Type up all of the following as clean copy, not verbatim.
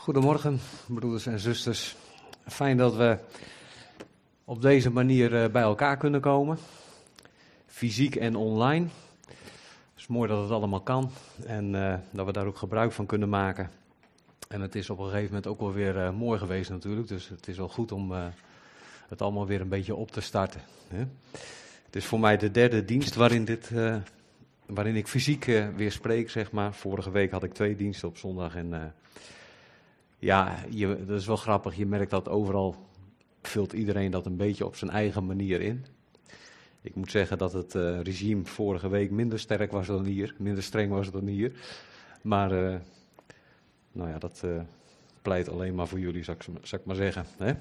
Goedemorgen, broeders en zusters. Fijn dat we op deze manier bij elkaar kunnen komen. Fysiek en online. Het is mooi dat het allemaal kan en dat we daar ook gebruik van kunnen maken. En het is op een gegeven moment ook wel weer mooi geweest natuurlijk. Dus het is wel goed om het allemaal weer een beetje op te starten. Hè? Het is voor mij de derde dienst waarin ik fysiek weer spreek, zeg maar. Vorige week had ik 2 diensten op zondag en... dat is wel grappig. Je merkt dat overal vult iedereen dat een beetje op zijn eigen manier in. Ik moet zeggen dat het regime vorige week minder sterk was dan hier. Minder streng was dan hier. Maar dat pleit alleen maar voor jullie, zou ik maar zeggen. Hè?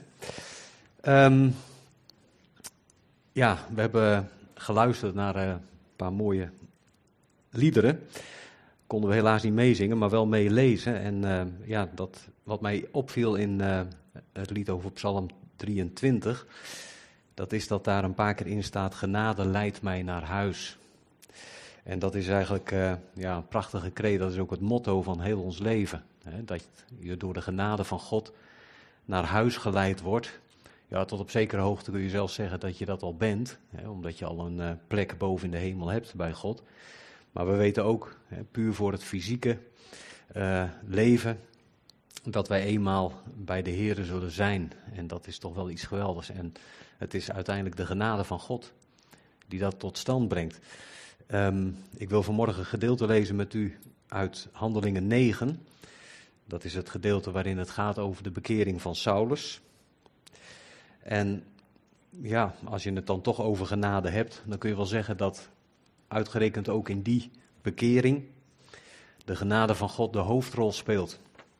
We hebben geluisterd naar een paar mooie liederen. Konden we helaas niet meezingen, maar wel meelezen. En dat wat mij opviel in het lied over Psalm 23, dat is dat daar een paar keer in staat: genade leidt mij naar huis. En dat is eigenlijk een prachtige kreet, dat is ook het motto van heel ons leven. Hè? Dat je door de genade van God naar huis geleid wordt. Ja, tot op zekere hoogte kun je zelfs zeggen dat je dat al bent, hè? Omdat je al een plek boven in de hemel hebt bij God. Maar we weten ook, puur voor het fysieke leven, dat wij eenmaal bij de Heere zullen zijn. En dat is toch wel iets geweldigs. En het is uiteindelijk de genade van God die dat tot stand brengt. Ik wil vanmorgen een gedeelte lezen met u uit Handelingen 9. Dat is het gedeelte waarin het gaat over de bekering van Saulus. En ja, als je het dan toch over genade hebt, dan kun je wel zeggen dat uitgerekend ook in die bekering de genade van God de hoofdrol speelt.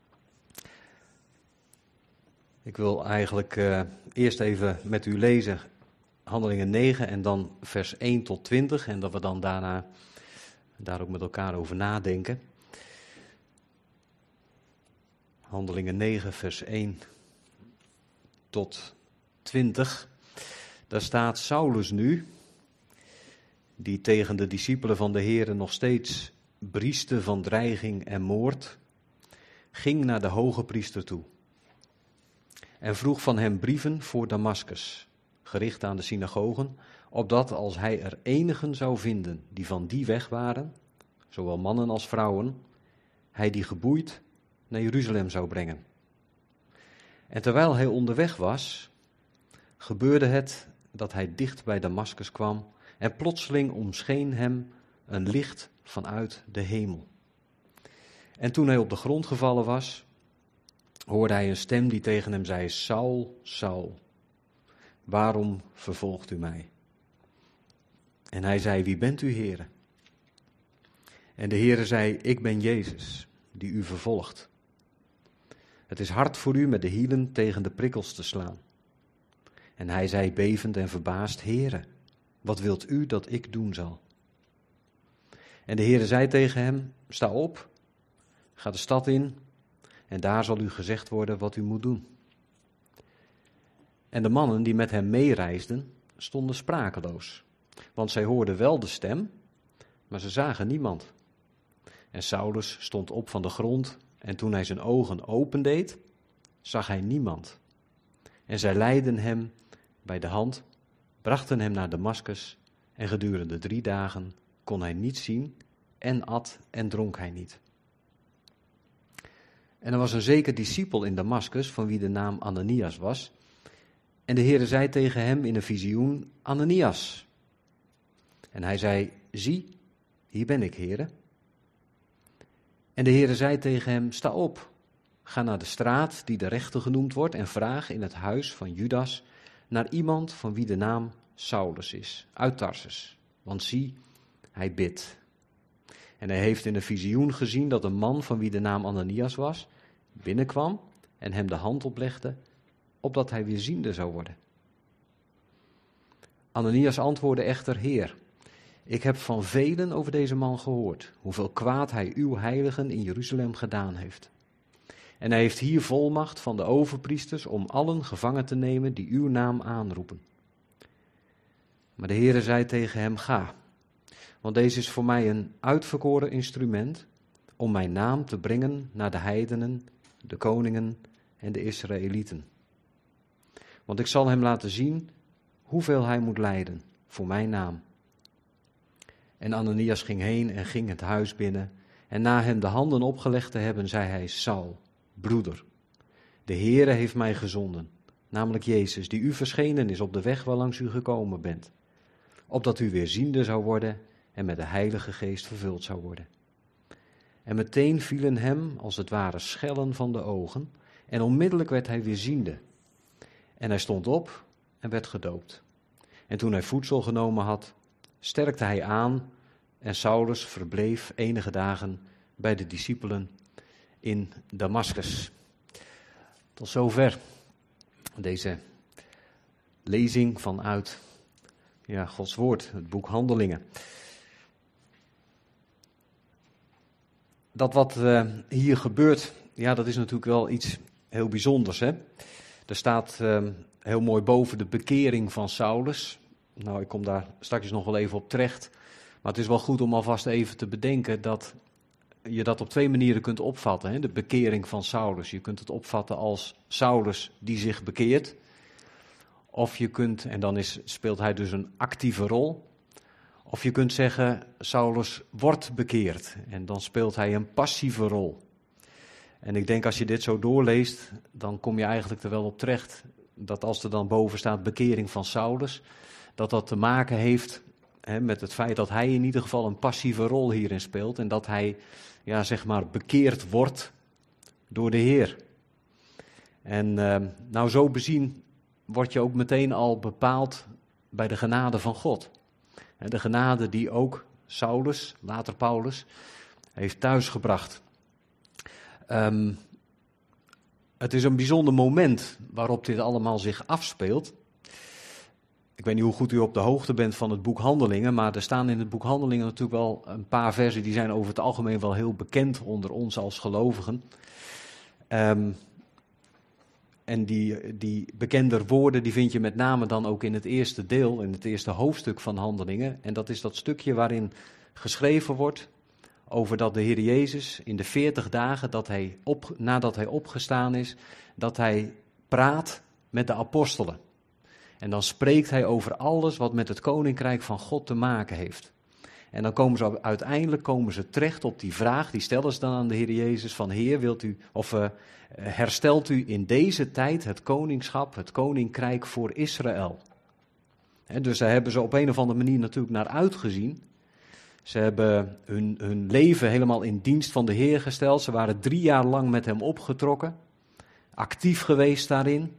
Ik wil eigenlijk eerst even met u lezen Handelingen 9 en dan vers 1 tot 20 en dat we dan daarna daar ook met elkaar over nadenken. Handelingen 9 vers 1 tot 20. Daar staat: Saulus nu, die tegen de discipelen van de Heere nog steeds brieste van dreiging en moord, ging naar de hoge priester toe en vroeg van hem brieven voor Damaskus, gericht aan de synagogen, opdat als hij er enigen zou vinden die van die weg waren, zowel mannen als vrouwen, hij die geboeid naar Jeruzalem zou brengen. En terwijl hij onderweg was, gebeurde het dat hij dicht bij Damaskus kwam en plotseling omscheen hem een licht vanuit de hemel. En toen hij op de grond gevallen was, hoorde hij een stem die tegen hem zei: Saul, Saul, waarom vervolgt u mij? En hij zei: Wie bent u, Heere? En de Heere zei: Ik ben Jezus, die u vervolgt. Het is hard voor u met de hielen tegen de prikkels te slaan. En hij zei bevend en verbaasd: Heere, wat wilt u dat ik doen zal? En de Heere zei tegen hem: Sta op, ga de stad in en daar zal u gezegd worden wat u moet doen. En de mannen die met hem meereisden, stonden sprakeloos, want zij hoorden wel de stem, maar ze zagen niemand. En Saulus stond op van de grond en toen hij zijn ogen opendeed, zag hij niemand. En zij leidden hem bij de hand, brachten hem naar Damaskus en gedurende 3 dagen kon hij niet zien en at en dronk hij niet. En er was een zeker discipel in Damaskus van wie de naam Ananias was. En de Heere zei tegen hem in een visioen: Ananias. En hij zei: Zie, hier ben ik, Heere. En de Heere zei tegen hem: Sta op, ga naar de straat die de rechte genoemd wordt en vraag in het huis van Judas naar iemand van wie de naam Saulus is, uit Tarsus. Want zie, hij bidt. En hij heeft in een visioen gezien dat een man van wie de naam Ananias was, binnenkwam en hem de hand oplegde, opdat hij weer ziende zou worden. Ananias antwoordde echter: Heer, ik heb van velen over deze man gehoord, hoeveel kwaad hij uw heiligen in Jeruzalem gedaan heeft. En hij heeft hier volmacht van de overpriesters om allen gevangen te nemen die uw naam aanroepen. Maar de Heere zei tegen hem: Ga, want deze is voor mij een uitverkoren instrument om mijn naam te brengen naar de heidenen de koningen en de Israëlieten. Want ik zal hem laten zien hoeveel hij moet lijden voor mijn naam. En Ananias ging heen en ging het huis binnen. En na hem de handen opgelegd te hebben, zei hij: Saul, broeder, de Heere heeft mij gezonden, namelijk Jezus, die u verschenen is op de weg waarlangs u gekomen bent, opdat u weer ziende zou worden en met de Heilige Geest vervuld zou worden. En meteen vielen hem, als het ware, schellen van de ogen, en onmiddellijk werd hij weer ziende. En hij stond op en werd gedoopt. En toen hij voedsel genomen had, sterkte hij aan, en Saulus verbleef enige dagen bij de discipelen in Damaskus. Tot zover deze lezing vanuit Gods woord, het boek Handelingen. Dat wat hier gebeurt, dat is natuurlijk wel iets heel bijzonders, hè? Er staat heel mooi boven de bekering van Saulus. Nou, ik kom daar straks nog wel even op terecht. Maar het is wel goed om alvast even te bedenken dat je dat op twee manieren kunt opvatten. Hè? De bekering van Saulus. Je kunt het opvatten als Saulus die zich bekeert. Of je kunt, en dan speelt hij dus een actieve rol. Of je kunt zeggen, Saulus wordt bekeerd. En dan speelt hij een passieve rol. En ik denk als je dit zo doorleest, dan kom je eigenlijk er wel op terecht. Dat als er dan boven staat bekering van Saulus, dat te maken heeft met het feit dat hij in ieder geval een passieve rol hierin speelt. En dat hij, bekeerd wordt door de Heer. En nou zo bezien word je ook meteen al bepaald bij de genade van God. De genade die ook Saulus, later Paulus, heeft thuisgebracht. Het is een bijzonder moment waarop dit allemaal zich afspeelt. Ik weet niet hoe goed u op de hoogte bent van het boek Handelingen, maar er staan in het boek Handelingen natuurlijk wel een paar versen die zijn over het algemeen wel heel bekend onder ons als gelovigen. En die bekende woorden die vind je met name dan ook in het eerste deel, in het eerste hoofdstuk van Handelingen. En dat is dat stukje waarin geschreven wordt over dat de Heer Jezus in de 40 dagen nadat hij opgestaan is, dat hij praat met de apostelen. En dan spreekt hij over alles wat met het koninkrijk van God te maken heeft. En dan uiteindelijk komen ze terecht op die vraag, die stellen ze dan aan de Heer Jezus, van Heer, herstelt u in deze tijd het koningschap, het koninkrijk voor Israël? Dus daar hebben ze op een of andere manier natuurlijk naar uitgezien. Ze hebben hun leven helemaal in dienst van de Heer gesteld. Ze waren 3 jaar lang met hem opgetrokken, actief geweest daarin.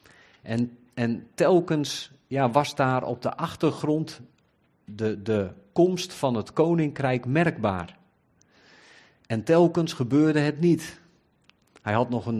En telkens was daar op de achtergrond de komst van het koninkrijk merkbaar. En telkens gebeurde het niet. Hij had nog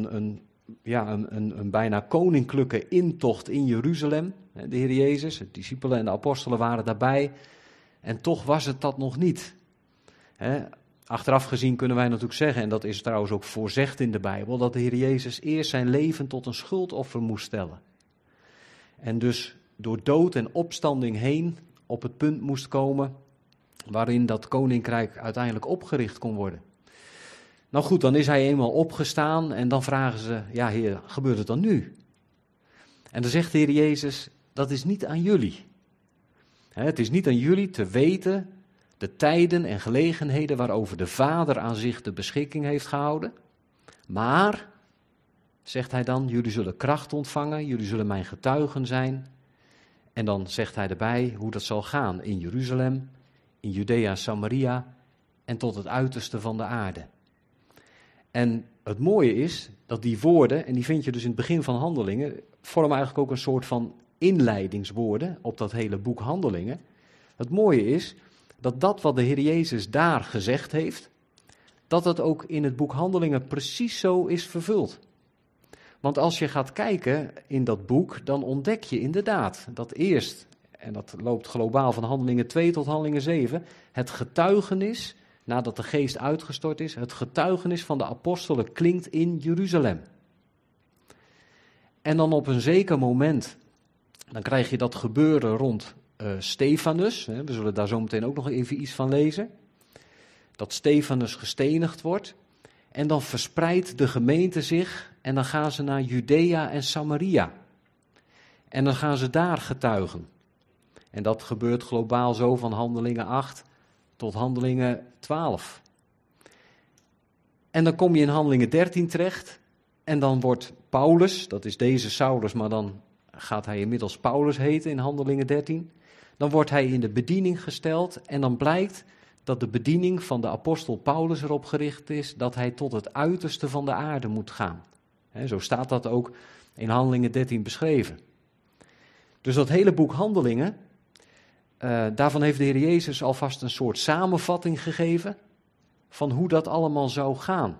een bijna koninklijke intocht in Jeruzalem. De Heer Jezus, de discipelen en de apostelen waren daarbij. En toch was het dat nog niet. Achteraf gezien kunnen wij natuurlijk zeggen, en dat is trouwens ook voorzegd in de Bijbel, dat de Heer Jezus eerst zijn leven tot een schuldoffer moest stellen. En dus door dood en opstanding heen op het punt moest komen waarin dat koninkrijk uiteindelijk opgericht kon worden. Nou goed, dan is hij eenmaal opgestaan en dan vragen ze, ja Heer, gebeurt het dan nu? En dan zegt de Heer Jezus, dat is niet aan jullie. Het is niet aan jullie te weten de tijden en gelegenheden waarover de Vader aan zich de beschikking heeft gehouden. Maar, zegt hij dan, jullie zullen kracht ontvangen, jullie zullen mijn getuigen zijn. En dan zegt hij erbij hoe dat zal gaan in Jeruzalem, in Judea, Samaria en tot het uiterste van de aarde. En het mooie is dat die woorden, en die vind je dus in het begin van Handelingen, vormen eigenlijk ook een soort van inleidingswoorden op dat hele boek Handelingen. Het mooie is dat wat de Heer Jezus daar gezegd heeft, dat het ook in het boek Handelingen precies zo is vervuld. Want als je gaat kijken in dat boek, dan ontdek je inderdaad dat eerst, en dat loopt globaal van Handelingen 2 tot Handelingen 7, het getuigenis, nadat de geest uitgestort is, het getuigenis van de apostelen klinkt in Jeruzalem. En dan op een zeker moment, dan krijg je dat gebeuren rond Stefanus. We zullen daar zo meteen ook nog even iets van lezen. Dat Stefanus gestenigd wordt. En dan verspreidt de gemeente zich en dan gaan ze naar Judea en Samaria. En dan gaan ze daar getuigen. En dat gebeurt globaal zo van Handelingen 8 tot Handelingen 12. En dan kom je in Handelingen 13 terecht. En dan wordt Paulus, dat is deze Saulus, maar dan gaat hij inmiddels Paulus heten in Handelingen 13. Dan wordt hij in de bediening gesteld en dan blijkt dat de bediening van de apostel Paulus erop gericht is dat hij tot het uiterste van de aarde moet gaan. Zo staat dat ook in Handelingen 13 beschreven. Dus dat hele boek Handelingen, daarvan heeft de Heer Jezus alvast een soort samenvatting gegeven van hoe dat allemaal zou gaan.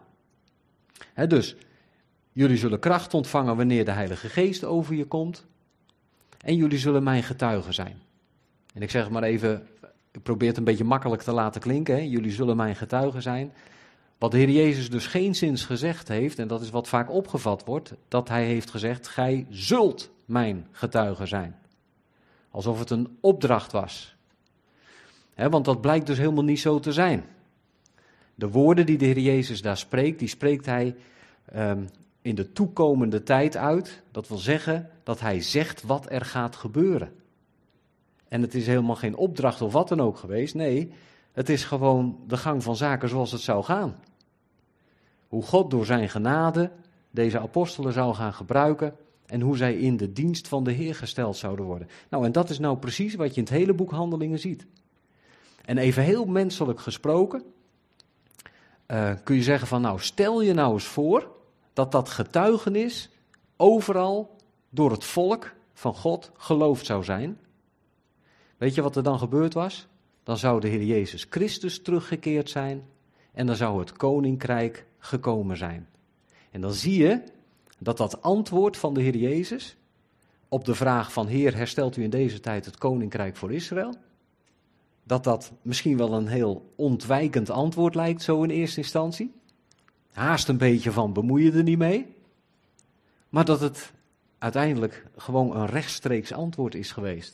Dus jullie zullen kracht ontvangen wanneer de Heilige Geest over je komt en jullie zullen mijn getuigen zijn. En ik zeg het maar even, ik probeer het een beetje makkelijk te laten klinken, jullie zullen mijn getuigen zijn. Wat de Heer Jezus dus geenszins gezegd heeft, en dat is wat vaak opgevat wordt, dat hij heeft gezegd, gij zult mijn getuigen zijn. Alsof het een opdracht was. Want dat blijkt dus helemaal niet zo te zijn. De woorden die de Heer Jezus daar spreekt, die spreekt hij in de toekomende tijd uit. Dat wil zeggen dat hij zegt wat er gaat gebeuren. En het is helemaal geen opdracht of wat dan ook geweest. Nee, het is gewoon de gang van zaken zoals het zou gaan. Hoe God door zijn genade deze apostelen zou gaan gebruiken en hoe zij in de dienst van de Heer gesteld zouden worden. Nou, en dat is nou precies wat je in het hele boek Handelingen ziet. En even heel menselijk gesproken, kun je zeggen van nou, stel je nou eens voor dat dat getuigenis overal door het volk van God geloofd zou zijn. Weet je wat er dan gebeurd was? Dan zou de Heer Jezus Christus teruggekeerd zijn en dan zou het koninkrijk gekomen zijn. En dan zie je dat dat antwoord van de Heer Jezus op de vraag van Heer, herstelt u in deze tijd het koninkrijk voor Israël? Dat misschien wel een heel ontwijkend antwoord lijkt zo in eerste instantie. Haast een beetje van bemoei je er niet mee. Maar dat het uiteindelijk gewoon een rechtstreeks antwoord is geweest.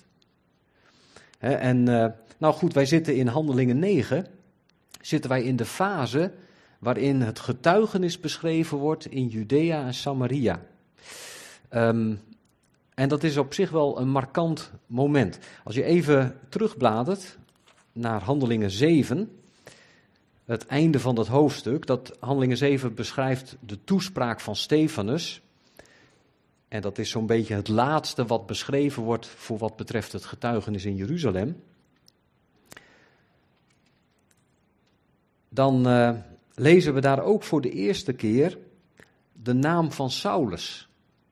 Nou goed, wij zitten in Handelingen 9, zitten wij in de fase waarin het getuigenis beschreven wordt in Judea en Samaria. En dat is op zich wel een markant moment. Als je even terugbladert naar Handelingen 7, het einde van dat hoofdstuk, dat Handelingen 7 beschrijft de toespraak van Stefanus. En dat is zo'n beetje het laatste wat beschreven wordt voor wat betreft het getuigenis in Jeruzalem. Dan lezen we daar ook voor de eerste keer de naam van Saulus.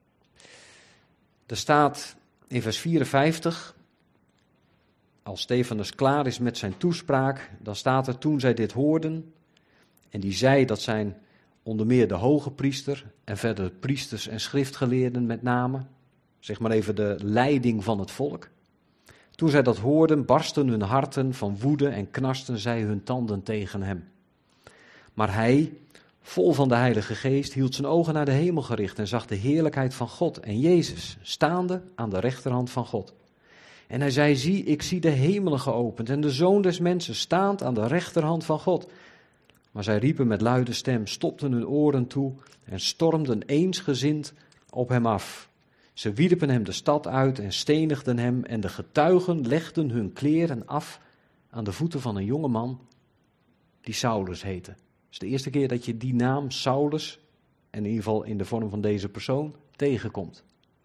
Er staat in vers 54, als Stefanus klaar is met zijn toespraak, dan staat er toen zij dit hoorden, en die zei, dat zijn onder meer de hoge priester en verder priesters en schriftgeleerden met name, zeg maar even de leiding van het volk. Toen zij dat hoorden, barsten hun harten van woede en knarsten zij hun tanden tegen hem. Maar hij, vol van de Heilige Geest, hield zijn ogen naar de hemel gericht en zag de heerlijkheid van God en Jezus, staande aan de rechterhand van God. En hij zei, zie, ik zie de hemelen geopend en de Zoon des Mensen staand aan de rechterhand van God. Maar zij riepen met luide stem, stopten hun oren toe en stormden eensgezind op hem af. Ze wierpen hem de stad uit en stenigden hem en de getuigen legden hun kleren af aan de voeten van een jongeman die Saulus heette. Het is de eerste keer dat je die naam Saulus, en in ieder geval in de vorm van deze persoon, tegenkomt.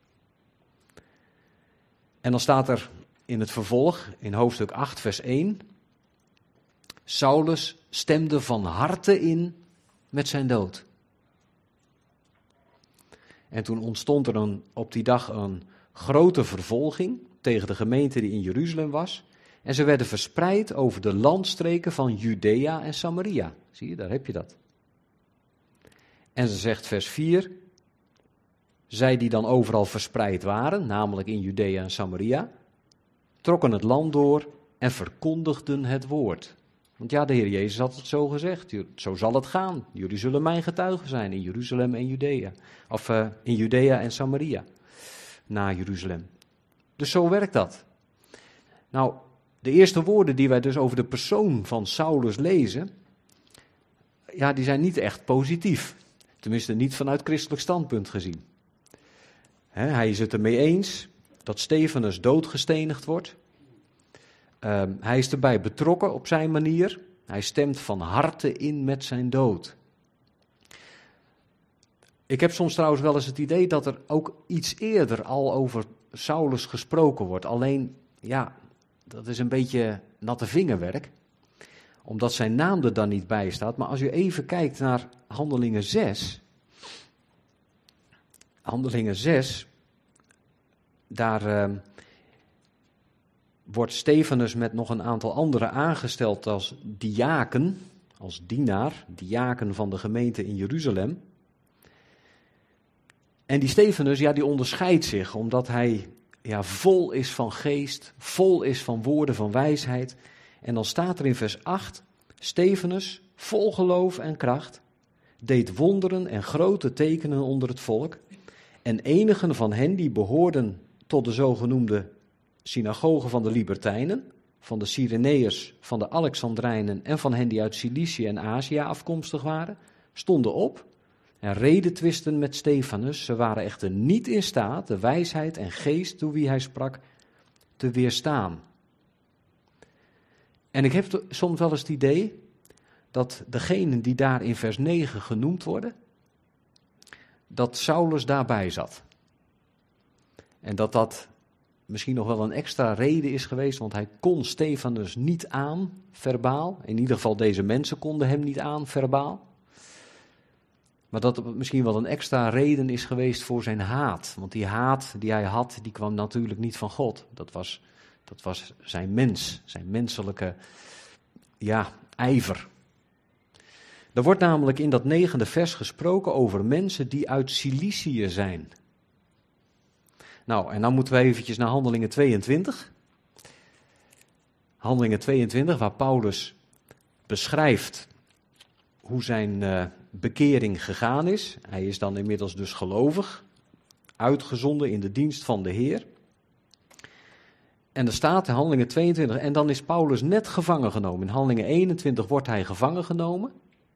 En dan staat er in het vervolg, in hoofdstuk 8 vers 1, Saulus stemde van harte in met zijn dood. En toen ontstond er op die dag een grote vervolging tegen de gemeente die in Jeruzalem was. En ze werden verspreid over de landstreken van Judea en Samaria. Zie je, daar heb je dat. En ze zegt vers 4, zij die dan overal verspreid waren, namelijk in Judea en Samaria, trokken het land door en verkondigden het woord. Want ja, de Heer Jezus had het zo gezegd, zo zal het gaan. Jullie zullen mijn getuigen zijn in Jeruzalem en Judea. Of in Judea en Samaria, na Jeruzalem. Dus zo werkt dat. Nou, de eerste woorden die wij dus over de persoon van Saulus lezen, ja, die zijn niet echt positief. Tenminste, niet vanuit christelijk standpunt gezien. Hij is het ermee eens dat Stefanus doodgestenigd wordt. Hij is erbij betrokken op zijn manier. Hij stemt van harte in met zijn dood. Ik heb soms trouwens wel eens het idee dat er ook iets eerder al over Saulus gesproken wordt. Alleen, ja, dat is een beetje natte vingerwerk. Omdat zijn naam er dan niet bij staat. Maar als u even kijkt naar Handelingen 6. Handelingen 6. Daar wordt Stefanus met nog een aantal anderen aangesteld als diaken. Als dienaar, diaken van de gemeente in Jeruzalem. En die Stefanus, ja, die onderscheidt zich omdat hij vol is van geest, vol is van woorden van wijsheid. En dan staat er in vers 8, Stefanus, vol geloof en kracht, deed wonderen en grote tekenen onder het volk. En enigen van hen die behoorden tot de zogenoemde synagoge van de Libertijnen, van de Cyreneërs, van de Alexandrijnen en van hen die uit Cilicië en Azië afkomstig waren, stonden op en redetwisten met Stefanus. Ze waren echter niet in staat de wijsheid en geest door wie hij sprak te weerstaan. En ik heb soms wel eens het idee dat degenen die daar in vers 9 genoemd worden, dat Saulus daarbij zat. En dat dat misschien nog wel een extra reden is geweest, want hij kon Stefanus niet aan, verbaal. In ieder geval deze mensen konden hem niet aan, verbaal. Maar dat het misschien wel een extra reden is geweest voor zijn haat. Want die haat die hij had, die kwam natuurlijk niet van God. Dat was zijn menselijke ijver. Er wordt namelijk in dat 9e vers gesproken over mensen die uit Cilicië zijn. Nou, en dan moeten we eventjes naar Handelingen 22. Handelingen 22, waar Paulus beschrijft hoe zijn bekering gegaan is. Hij is dan inmiddels dus gelovig, uitgezonden in de dienst van de Heer. En er staat in Handelingen 22, en dan is Paulus net gevangen genomen. In Handelingen 21 wordt hij gevangen genomen.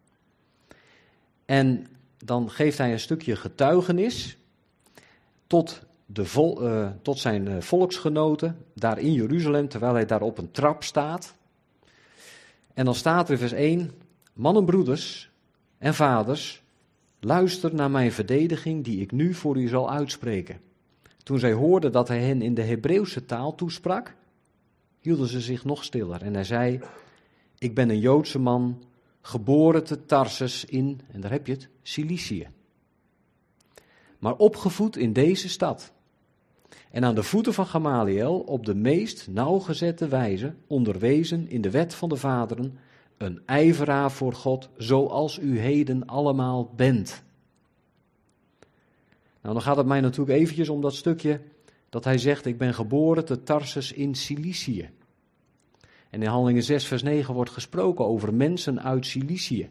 En dan geeft hij een stukje getuigenis tot zijn volksgenoten daar in Jeruzalem, terwijl hij daar op een trap staat. En dan staat er in vers 1, mannen, broeders en vaders, luister naar mijn verdediging die ik nu voor u zal uitspreken. Toen zij hoorden dat hij hen in de Hebreeuwse taal toesprak, hielden ze zich nog stiller. En hij zei, ik ben een Joodse man, geboren te Tarsus in, en daar heb je het, Cilicië. Maar opgevoed in deze stad. En aan de voeten van Gamaliel op de meest nauwgezette wijze onderwezen in de wet van de vaderen, een ijveraar voor God, zoals u heden allemaal bent. Nou, dan gaat het mij natuurlijk eventjes om dat stukje dat hij zegt, ik ben geboren te Tarsus in Cilicië. En in Handelingen 6 vers 9 wordt gesproken over mensen uit Cilicië.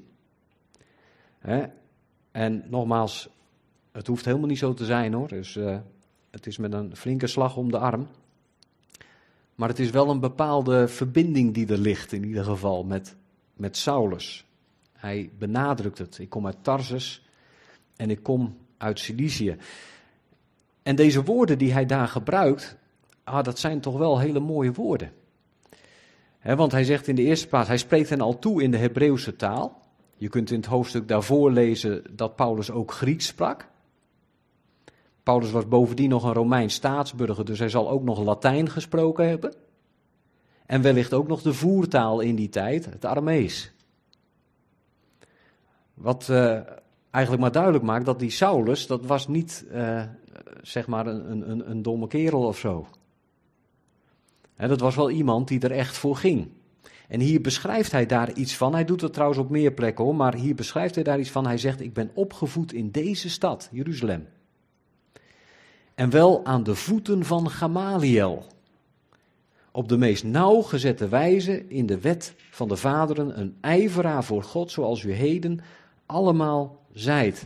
En nogmaals, het hoeft helemaal niet zo te zijn hoor, dus het is met een flinke slag om de arm. Maar het is wel een bepaalde verbinding die er ligt in ieder geval met Saulus. Hij benadrukt het, ik kom uit Tarsus en ik kom uit Cilicië. En deze woorden die hij daar gebruikt, dat zijn toch wel hele mooie woorden. Want hij zegt in de eerste plaats, hij spreekt hen al toe in de Hebreeuwse taal. Je kunt in het hoofdstuk daarvoor lezen dat Paulus ook Grieks sprak. Paulus was bovendien nog een Romeins staatsburger, dus hij zal ook nog Latijn gesproken hebben. En wellicht ook nog de voertaal in die tijd, het Aramees. Wat eigenlijk maar duidelijk maakt dat die Saulus, dat was niet zeg maar een domme kerel of zo. Dat was wel iemand die er echt voor ging. En hier beschrijft hij daar iets van. Hij doet het trouwens op meer plekken hoor, maar hier beschrijft hij daar iets van. Hij zegt, ik ben opgevoed in deze stad, Jeruzalem. En wel aan de voeten van Gamaliel. Op de meest nauwgezette wijze in de wet van de vaderen, een ijveraar voor God, zoals u heden allemaal zijt.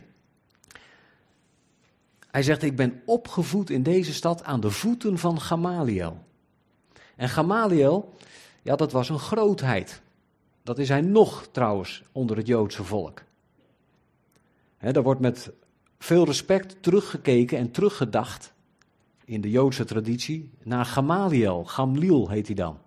Hij zegt, ik ben opgevoed in deze stad aan de voeten van Gamaliel. En Gamaliel, ja, dat was een grootheid. Dat is hij nog trouwens onder het Joodse volk. Daar wordt met veel respect teruggekeken en teruggedacht in de Joodse traditie naar Gamaliel. Gamliel heet hij dan.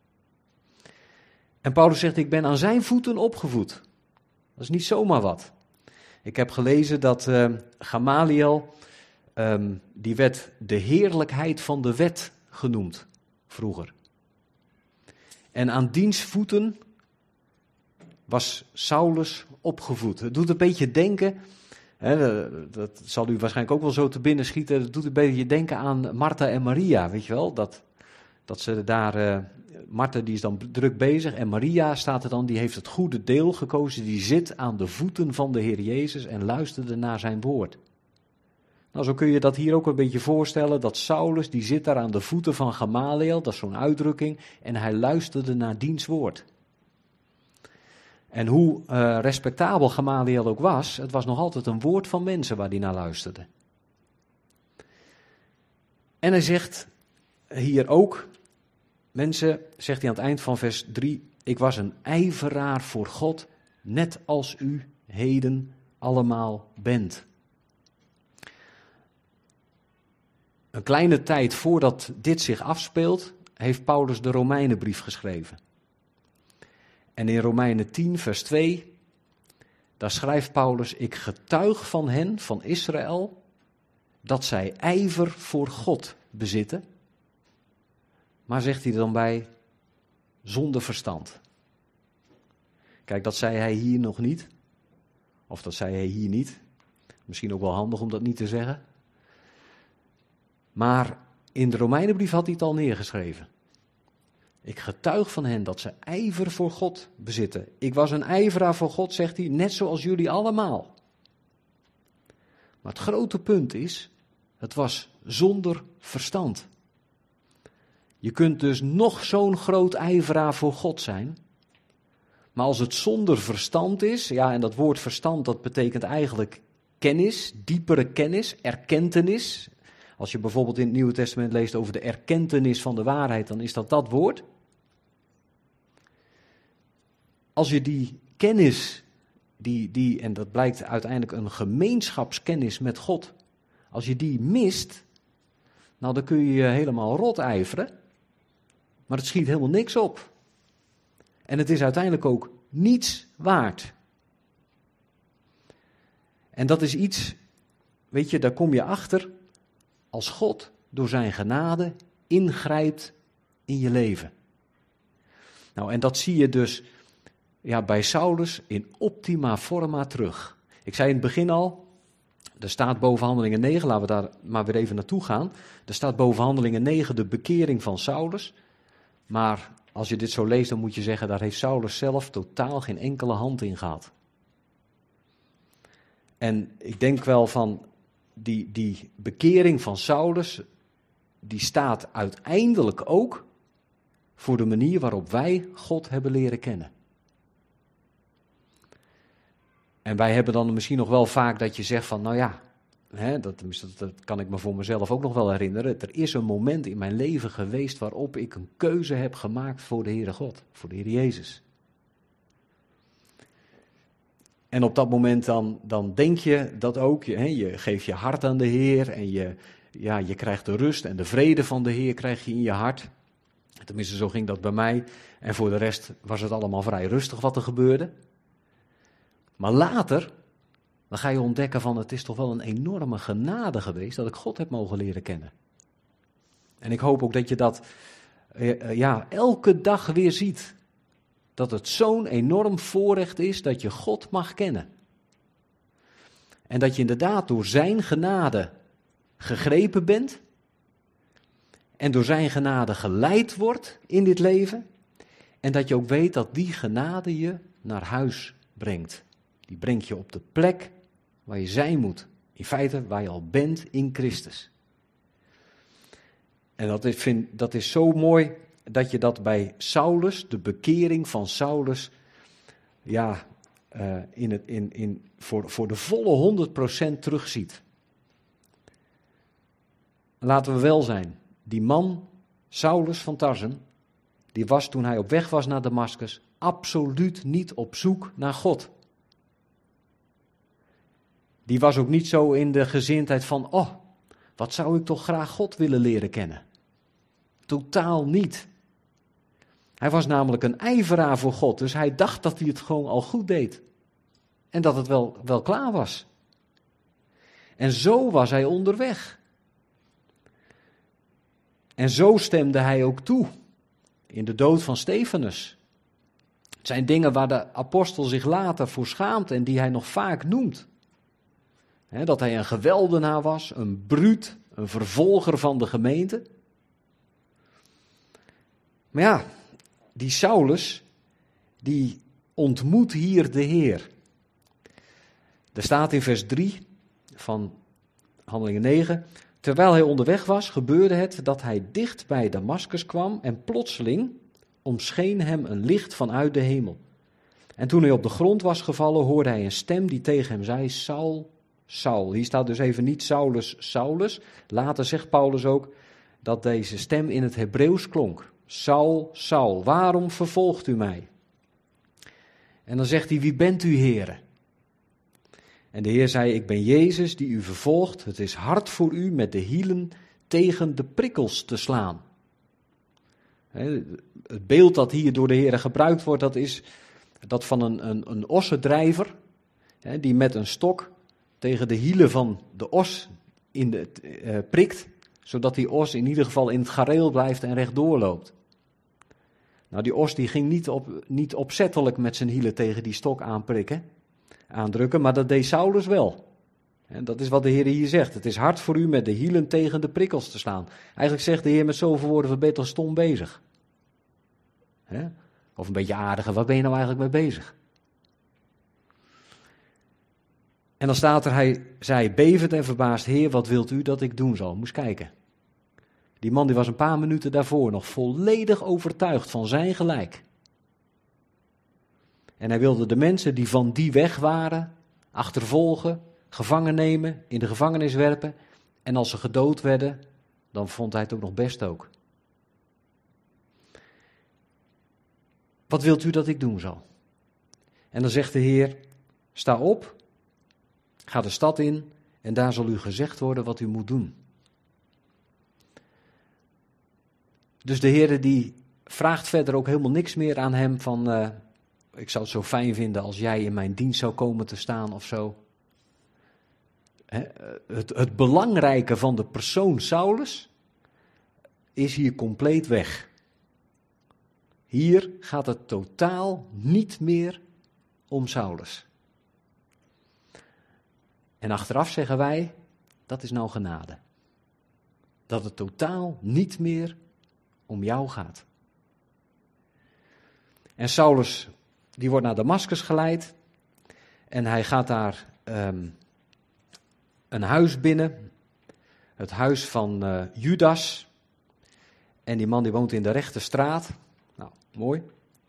En Paulus zegt, ik ben aan zijn voeten opgevoed. Dat is niet zomaar wat. Ik heb gelezen dat Gamaliel, die werd de heerlijkheid van de wet genoemd vroeger. En aan diens voeten was Saulus opgevoed. Het doet een beetje denken, dat zal u waarschijnlijk ook wel zo te binnen schieten, het doet een beetje denken aan Martha en Maria, weet je wel, dat ze daar, Martha die is dan druk bezig en Maria staat er dan, die heeft het goede deel gekozen, die zit aan de voeten van de Heer Jezus en luisterde naar zijn woord. Nou, zo kun je dat hier ook een beetje voorstellen, dat Saulus, die zit daar aan de voeten van Gamaliel, dat is zo'n uitdrukking, en hij luisterde naar diens woord. En hoe respectabel Gamaliel ook was, het was nog altijd een woord van mensen waar hij naar luisterde. En hij zegt hier ook, mensen, zegt hij aan het eind van vers 3, ik was een ijveraar voor God, net als u heden allemaal bent. Een kleine tijd voordat dit zich afspeelt, heeft Paulus de Romeinenbrief geschreven. En in Romeinen 10, vers 2, daar schrijft Paulus, ik getuig van hen, van Israël, dat zij ijver voor God bezitten. Maar zegt hij er dan bij, zonder verstand. Kijk, dat zei hij hier nog niet. Of dat zei hij hier niet. Misschien ook wel handig om dat niet te zeggen. Maar in de Romeinenbrief had hij het al neergeschreven. Ik getuig van hen dat ze ijver voor God bezitten. Ik was een ijveraar voor God, zegt hij, net zoals jullie allemaal. Maar het grote punt is, het was zonder verstand. Je kunt dus nog zo'n groot ijveraar voor God zijn. Maar als het zonder verstand is, ja, en dat woord verstand, dat betekent eigenlijk kennis, diepere kennis, erkentenis. Als je bijvoorbeeld in het Nieuwe Testament leest over de erkentenis van de waarheid, dan is dat woord. Als je die kennis, en dat blijkt uiteindelijk een gemeenschapskennis met God, als je die mist, nou dan kun je helemaal rot ijveren, maar het schiet helemaal niks op. En het is uiteindelijk ook niets waard. En dat is iets, weet je, daar kom je achter als God door zijn genade ingrijpt in je leven. Nou, en dat zie je dus bij Saulus in optima forma terug. Ik zei in het begin al, er staat boven Handelingen 9, laten we daar maar weer even naartoe gaan. Er staat boven Handelingen 9 de bekering van Saulus. Maar als je dit zo leest, dan moet je zeggen, daar heeft Saulus zelf totaal geen enkele hand in gehad. En ik denk wel van, die bekering van Saulus, die staat uiteindelijk ook voor de manier waarop wij God hebben leren kennen. En wij hebben dan misschien nog wel vaak dat je zegt van, nou ja, dat kan ik me voor mezelf ook nog wel herinneren. Er is een moment in mijn leven geweest waarop ik een keuze heb gemaakt voor de Heere God, voor de Heer Jezus. En op dat moment dan denk je dat ook, je geeft je hart aan de Heer en je krijgt de rust en de vrede van de Heer krijg je in je hart. Tenminste, zo ging dat bij mij. En voor de rest was het allemaal vrij rustig wat er gebeurde. Maar later, dan ga je ontdekken van het is toch wel een enorme genade geweest dat ik God heb mogen leren kennen. En ik hoop ook dat je dat elke dag weer ziet. Dat het zo'n enorm voorrecht is dat je God mag kennen. En dat je inderdaad door zijn genade gegrepen bent. En door zijn genade geleid wordt in dit leven. En dat je ook weet dat die genade je naar huis brengt. Die brengt je op de plek waar je zijn moet. In feite waar je al bent in Christus. En dat is zo mooi dat je dat bij Saulus, de bekering van Saulus, voor de volle 100% terugziet. Laten we wel zijn, die man, Saulus van Tarsen, die was toen hij op weg was naar Damascus absoluut niet op zoek naar God. Die was ook niet zo in de gezindheid van, oh, wat zou ik toch graag God willen leren kennen. Totaal niet. Hij was namelijk een ijveraar voor God, dus hij dacht dat hij het gewoon al goed deed. En dat het wel klaar was. En zo was hij onderweg. En zo stemde hij ook toe in de dood van Stefanus. Het zijn dingen waar de apostel zich later voor schaamt en die hij nog vaak noemt. Dat hij een geweldenaar was, een bruut, een vervolger van de gemeente. Maar ja, die Saulus, die ontmoet hier de Heer. Er staat in vers 3 van Handelingen 9... Terwijl hij onderweg was, gebeurde het dat hij dicht bij Damaskus kwam en plotseling omscheen hem een licht vanuit de hemel. En toen hij op de grond was gevallen, hoorde hij een stem die tegen hem zei, Saul, Saul. Hier staat dus even niet Saulus, Saulus. Later zegt Paulus ook dat deze stem in het Hebreeuws klonk. Saul, Saul, waarom vervolgt u mij? En dan zegt hij, wie bent u, Heere? En de Heer zei, ik ben Jezus die u vervolgt. Het is hard voor u met de hielen tegen de prikkels te slaan. Het beeld dat hier door de Heer gebruikt wordt, dat is dat van een ossendrijver, die met een stok tegen de hielen van de os prikt, zodat die os in ieder geval in het gareel blijft en rechtdoor loopt. Nou, die os die ging niet opzettelijk met zijn hielen tegen die stok aandrukken, maar dat deed Saulus wel. En dat is wat de Heer hier zegt. Het is hard voor u met de hielen tegen de prikkels te slaan. Eigenlijk zegt de Heer met zoveel woorden, wat ben je toch stom bezig? Of een beetje aardiger, waar ben je nou eigenlijk mee bezig? En dan staat er, hij zei bevend en verbaasd, Heer, wat wilt u dat ik doen zal? Moest kijken. Die man die was een paar minuten daarvoor nog volledig overtuigd van zijn gelijk. En hij wilde de mensen die van die weg waren, achtervolgen, gevangen nemen, in de gevangenis werpen. En als ze gedood werden, dan vond hij het ook nog best ook. Wat wilt u dat ik doen zal? En dan zegt de Heer, sta op, ga de stad in en daar zal u gezegd worden wat u moet doen. Dus de Heer die vraagt verder ook helemaal niks meer aan hem van, ik zou het zo fijn vinden als jij in mijn dienst zou komen te staan of zo. Het belangrijke van de persoon Saulus is hier compleet weg. Hier gaat het totaal niet meer om Saulus. En achteraf zeggen wij, dat is nou genade. Dat het totaal niet meer om jou gaat. En Saulus, die wordt naar Damaskus geleid. En hij gaat daar een huis binnen. Het huis van Judas. En die man die woont in de rechte straat. Nou, mooi.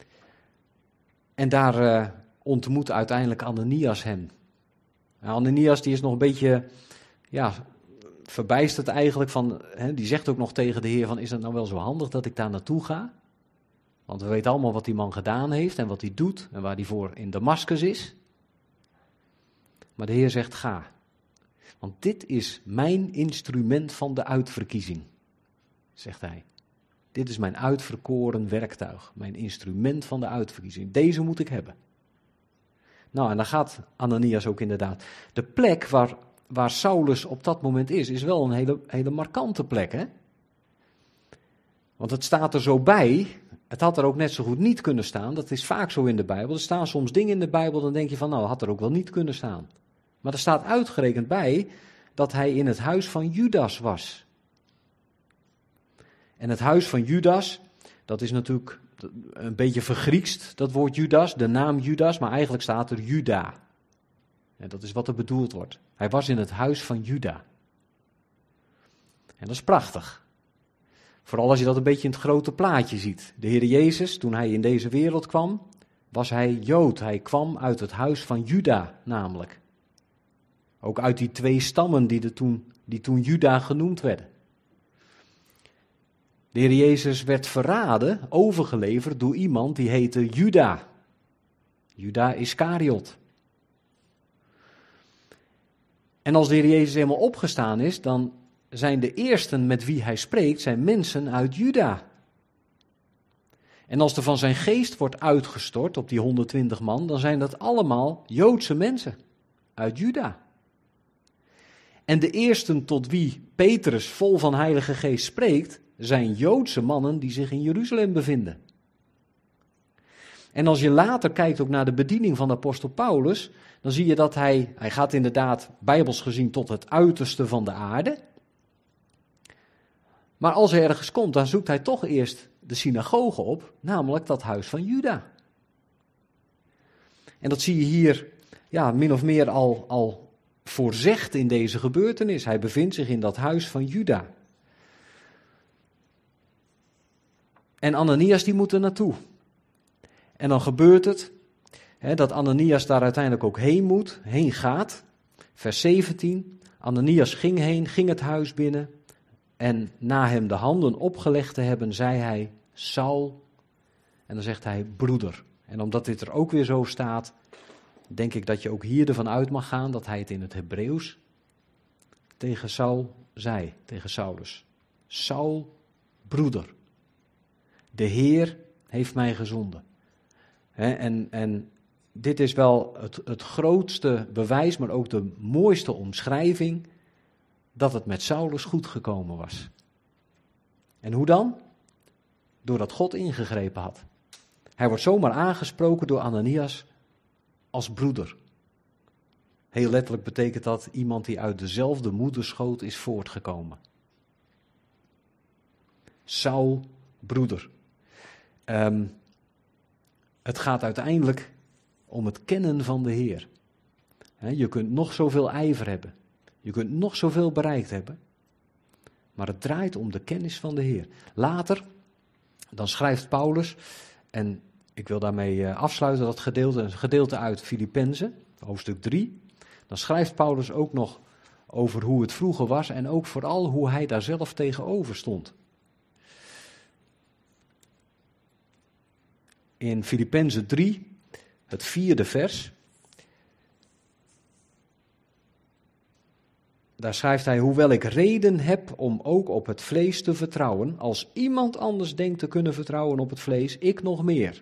En daar ontmoet uiteindelijk Ananias hem. Nou, Ananias die is nog een beetje verbijsterd eigenlijk. Die zegt ook nog tegen de Heer van, is het nou wel zo handig dat ik daar naartoe ga? Want we weten allemaal wat die man gedaan heeft en wat hij doet en waar hij voor in Damaskus is. Maar de Heer zegt, ga. Want dit is mijn instrument van de uitverkiezing, zegt hij. Dit is mijn uitverkoren werktuig, mijn instrument van de uitverkiezing. Deze moet ik hebben. Nou, en dan gaat Ananias ook inderdaad. De plek waar Saulus op dat moment is wel een hele markante plek, hè? Want het staat er zo bij, het had er ook net zo goed niet kunnen staan. Dat is vaak zo in de Bijbel. Er staan soms dingen in de Bijbel, dan denk je van, nou, had er ook wel niet kunnen staan. Maar er staat uitgerekend bij dat hij in het huis van Judas was. En het huis van Judas, dat is natuurlijk een beetje vergriekst, dat woord Judas, de naam Judas, maar eigenlijk staat er Juda. En dat is wat er bedoeld wordt. Hij was in het huis van Juda. En dat is prachtig. Vooral als je dat een beetje in het grote plaatje ziet. De Heer Jezus, toen hij in deze wereld kwam, was hij Jood. Hij kwam uit het huis van Juda namelijk. Ook uit die 2 stammen die toen Juda genoemd werden. De Heer Jezus werd verraden, overgeleverd door iemand die heette Juda. Juda Iskariot. En als de Heer Jezus helemaal opgestaan is, dan zijn de eersten met wie hij spreekt, zijn mensen uit Juda. En als er van zijn geest wordt uitgestort op die 120 man, dan zijn dat allemaal Joodse mensen uit Juda. En de eersten tot wie Petrus vol van Heilige Geest spreekt, zijn Joodse mannen die zich in Jeruzalem bevinden. En als je later kijkt ook naar de bediening van de apostel Paulus, dan zie je dat hij gaat inderdaad bijbels gezien tot het uiterste van de aarde. Maar als hij ergens komt, dan zoekt hij toch eerst de synagoge op, namelijk dat huis van Juda. En dat zie je hier min of meer al voorzegd in deze gebeurtenis. Hij bevindt zich in dat huis van Juda. En Ananias die moet er naartoe. En dan gebeurt het dat Ananias daar uiteindelijk ook heen gaat. Vers 17, Ananias ging heen, ging het huis binnen. En na hem de handen opgelegd te hebben, zei hij, Saul. En dan zegt hij, broeder. En omdat dit er ook weer zo staat, denk ik dat je ook hier ervan uit mag gaan dat hij het in het Hebreeuws tegen Saul zei, tegen Saulus. Saul, broeder. De Heer heeft mij gezonden. En dit is wel het grootste bewijs, maar ook de mooiste omschrijving dat het met Saulus goed gekomen was. En hoe dan? Doordat God ingegrepen had. Hij wordt zomaar aangesproken door Ananias als broeder. Heel letterlijk betekent dat iemand die uit dezelfde moederschoot is voortgekomen. Saul, broeder. Het gaat uiteindelijk om het kennen van de Heer. Je kunt nog zoveel ijver hebben. Je kunt nog zoveel bereikt hebben. Maar het draait om de kennis van de Heer. Later, dan schrijft Paulus, en ik wil daarmee afsluiten dat gedeelte, een gedeelte uit Filippenzen, hoofdstuk 3. Dan schrijft Paulus ook nog over hoe het vroeger was en ook vooral hoe hij daar zelf tegenover stond. In Filippenzen 3, het 4e vers, daar schrijft hij, hoewel ik reden heb om ook op het vlees te vertrouwen, als iemand anders denkt te kunnen vertrouwen op het vlees, ik nog meer.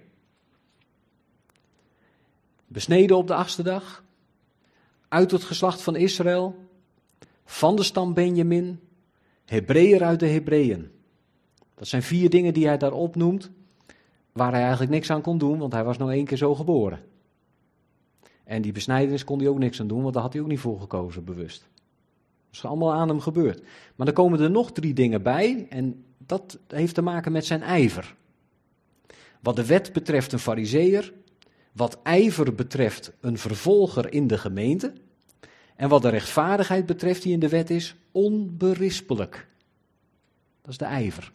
Besneden op de 8e dag, uit het geslacht van Israël, van de stam Benjamin, Hebreeër uit de Hebreeën. Dat zijn 4 dingen die hij daar opnoemt, waar hij eigenlijk niks aan kon doen, want hij was nou 1 keer zo geboren. En die besnijdenis kon hij ook niks aan doen, want daar had hij ook niet voor gekozen, bewust. Dat is allemaal aan hem gebeurd. Maar dan komen er nog 3 dingen bij, en dat heeft te maken met zijn ijver. Wat de wet betreft een farizeeër, wat ijver betreft een vervolger in de gemeente, en wat de rechtvaardigheid betreft die in de wet is, onberispelijk. Dat is de ijver.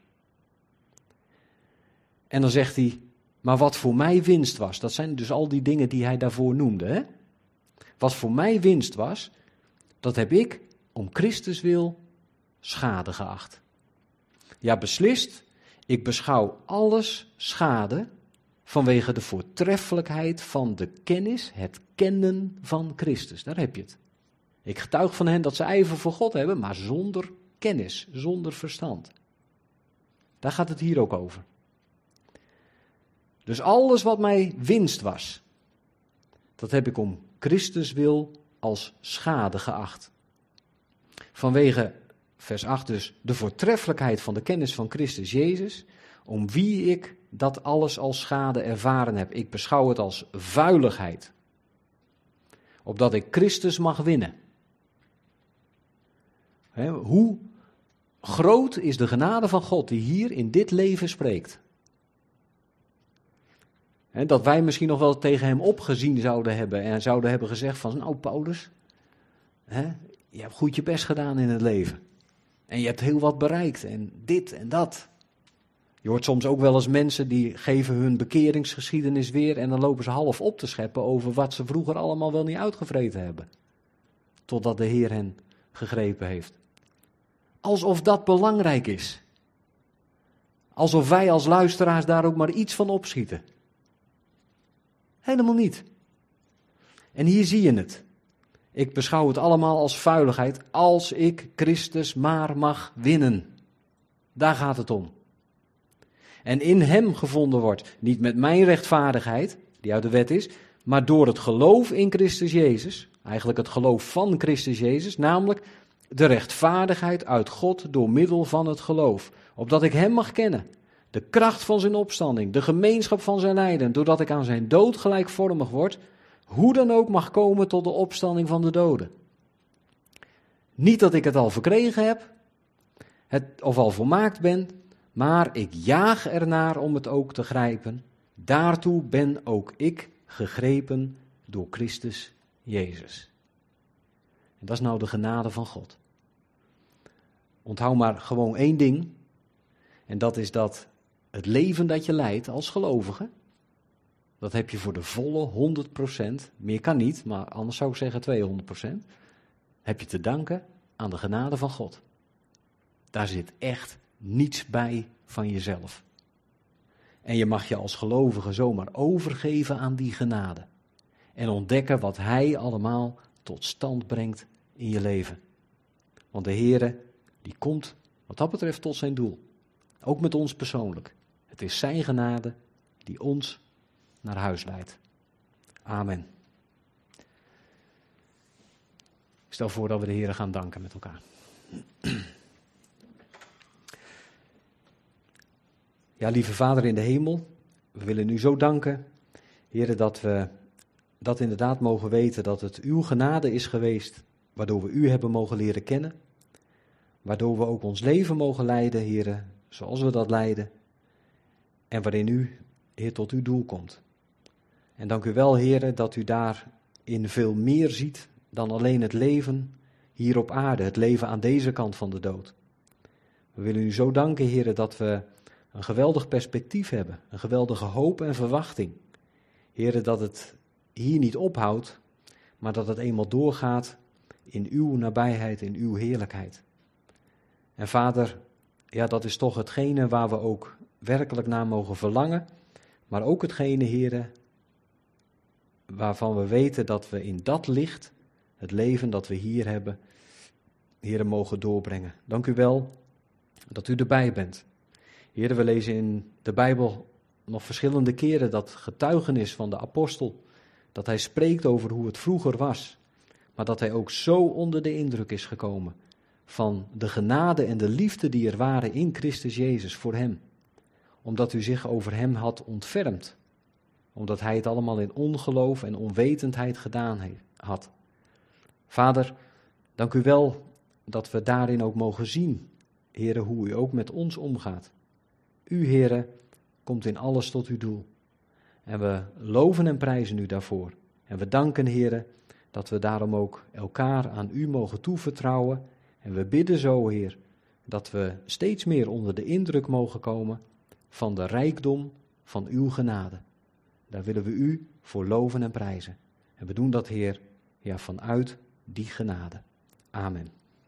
En dan zegt hij, maar wat voor mij winst was, dat zijn dus al die dingen die hij daarvoor noemde. Hè? Wat voor mij winst was, dat heb ik om Christus wil schade geacht. Ja, beslist, ik beschouw alles schade vanwege de voortreffelijkheid van de kennis, het kennen van Christus. Daar heb je het. Ik getuig van hen dat ze ijver voor God hebben, maar zonder kennis, zonder verstand. Daar gaat het hier ook over. Dus alles wat mij winst was, dat heb ik om Christus wil als schade geacht. Vanwege, vers 8 dus, de voortreffelijkheid van de kennis van Christus Jezus, om wie ik dat alles als schade ervaren heb. Ik beschouw het als vuiligheid, opdat ik Christus mag winnen. Hoe groot is de genade van God die hier in dit leven spreekt? Dat wij misschien nog wel tegen hem opgezien zouden hebben en zouden hebben gezegd van, nou Paulus, je hebt goed je best gedaan in het leven. En je hebt heel wat bereikt en dit en dat. Je hoort soms ook wel eens mensen die geven hun bekeringsgeschiedenis weer en dan lopen ze half op te scheppen over wat ze vroeger allemaal wel niet uitgevreten hebben. Totdat de Heer hen gegrepen heeft. Alsof dat belangrijk is. Alsof wij als luisteraars daar ook maar iets van opschieten. Helemaal niet. En hier zie je het. Ik beschouw het allemaal als vuiligheid als ik Christus maar mag winnen. Daar gaat het om. En in hem gevonden wordt, niet met mijn rechtvaardigheid, die uit de wet is, maar door het geloof in Christus Jezus, eigenlijk het geloof van Christus Jezus, namelijk de rechtvaardigheid uit God door middel van het geloof. Opdat ik hem mag kennen, de kracht van zijn opstanding, de gemeenschap van zijn lijden, doordat ik aan zijn dood gelijkvormig word, hoe dan ook mag komen tot de opstanding van de doden. Niet dat ik het al verkregen heb, of al volmaakt ben, maar ik jaag ernaar om het ook te grijpen. Daartoe ben ook ik gegrepen door Christus Jezus. En dat is nou de genade van God. Onthoud maar gewoon één ding. En dat is dat het leven dat je leidt als gelovige, dat heb je voor de volle 100%, meer kan niet, maar anders zou ik zeggen 200%, heb je te danken aan de genade van God. Daar zit echt niets bij van jezelf. En je mag je als gelovige zomaar overgeven aan die genade. En ontdekken wat Hij allemaal tot stand brengt in je leven. Want de Heere, die komt wat dat betreft tot zijn doel. Ook met ons persoonlijk. Het is zijn genade die ons naar huis leidt. Amen. Ik stel voor dat we de Heere gaan danken met elkaar. Ja, lieve Vader in de hemel, we willen u zo danken, Heere, dat we dat inderdaad mogen weten, dat het uw genade is geweest, waardoor we u hebben mogen leren kennen, waardoor we ook ons leven mogen leiden, Heere, zoals we dat leiden, en waarin u, Heer, tot uw doel komt. En dank u wel, Heere, dat u daarin veel meer ziet dan alleen het leven hier op aarde, het leven aan deze kant van de dood. We willen u zo danken, Heere, dat we een geweldig perspectief hebben, een geweldige hoop en verwachting. Heere, dat het hier niet ophoudt, maar dat het eenmaal doorgaat in uw nabijheid, in uw heerlijkheid. En Vader, ja, dat is toch hetgene waar we ook werkelijk naar mogen verlangen, maar ook hetgene, Heere, waarvan we weten dat we in dat licht het leven dat we hier hebben, Heere, mogen doorbrengen. Dank u wel dat u erbij bent. Heere, we lezen in de Bijbel nog verschillende keren dat getuigenis van de apostel, dat hij spreekt over hoe het vroeger was, maar dat hij ook zo onder de indruk is gekomen van de genade en de liefde die er waren in Christus Jezus voor hem. Omdat u zich over hem had ontfermd, omdat hij het allemaal in ongeloof en onwetendheid gedaan had. Vader, dank u wel dat we daarin ook mogen zien, Heere, hoe u ook met ons omgaat. U, Heere, komt in alles tot uw doel. En we loven en prijzen u daarvoor. En we danken, Heere, dat we daarom ook elkaar aan u mogen toevertrouwen. En we bidden zo, Heer, dat we steeds meer onder de indruk mogen komen van de rijkdom van uw genade. Daar willen we u voor loven en prijzen. En we doen dat, Heer, ja, vanuit die genade. Amen.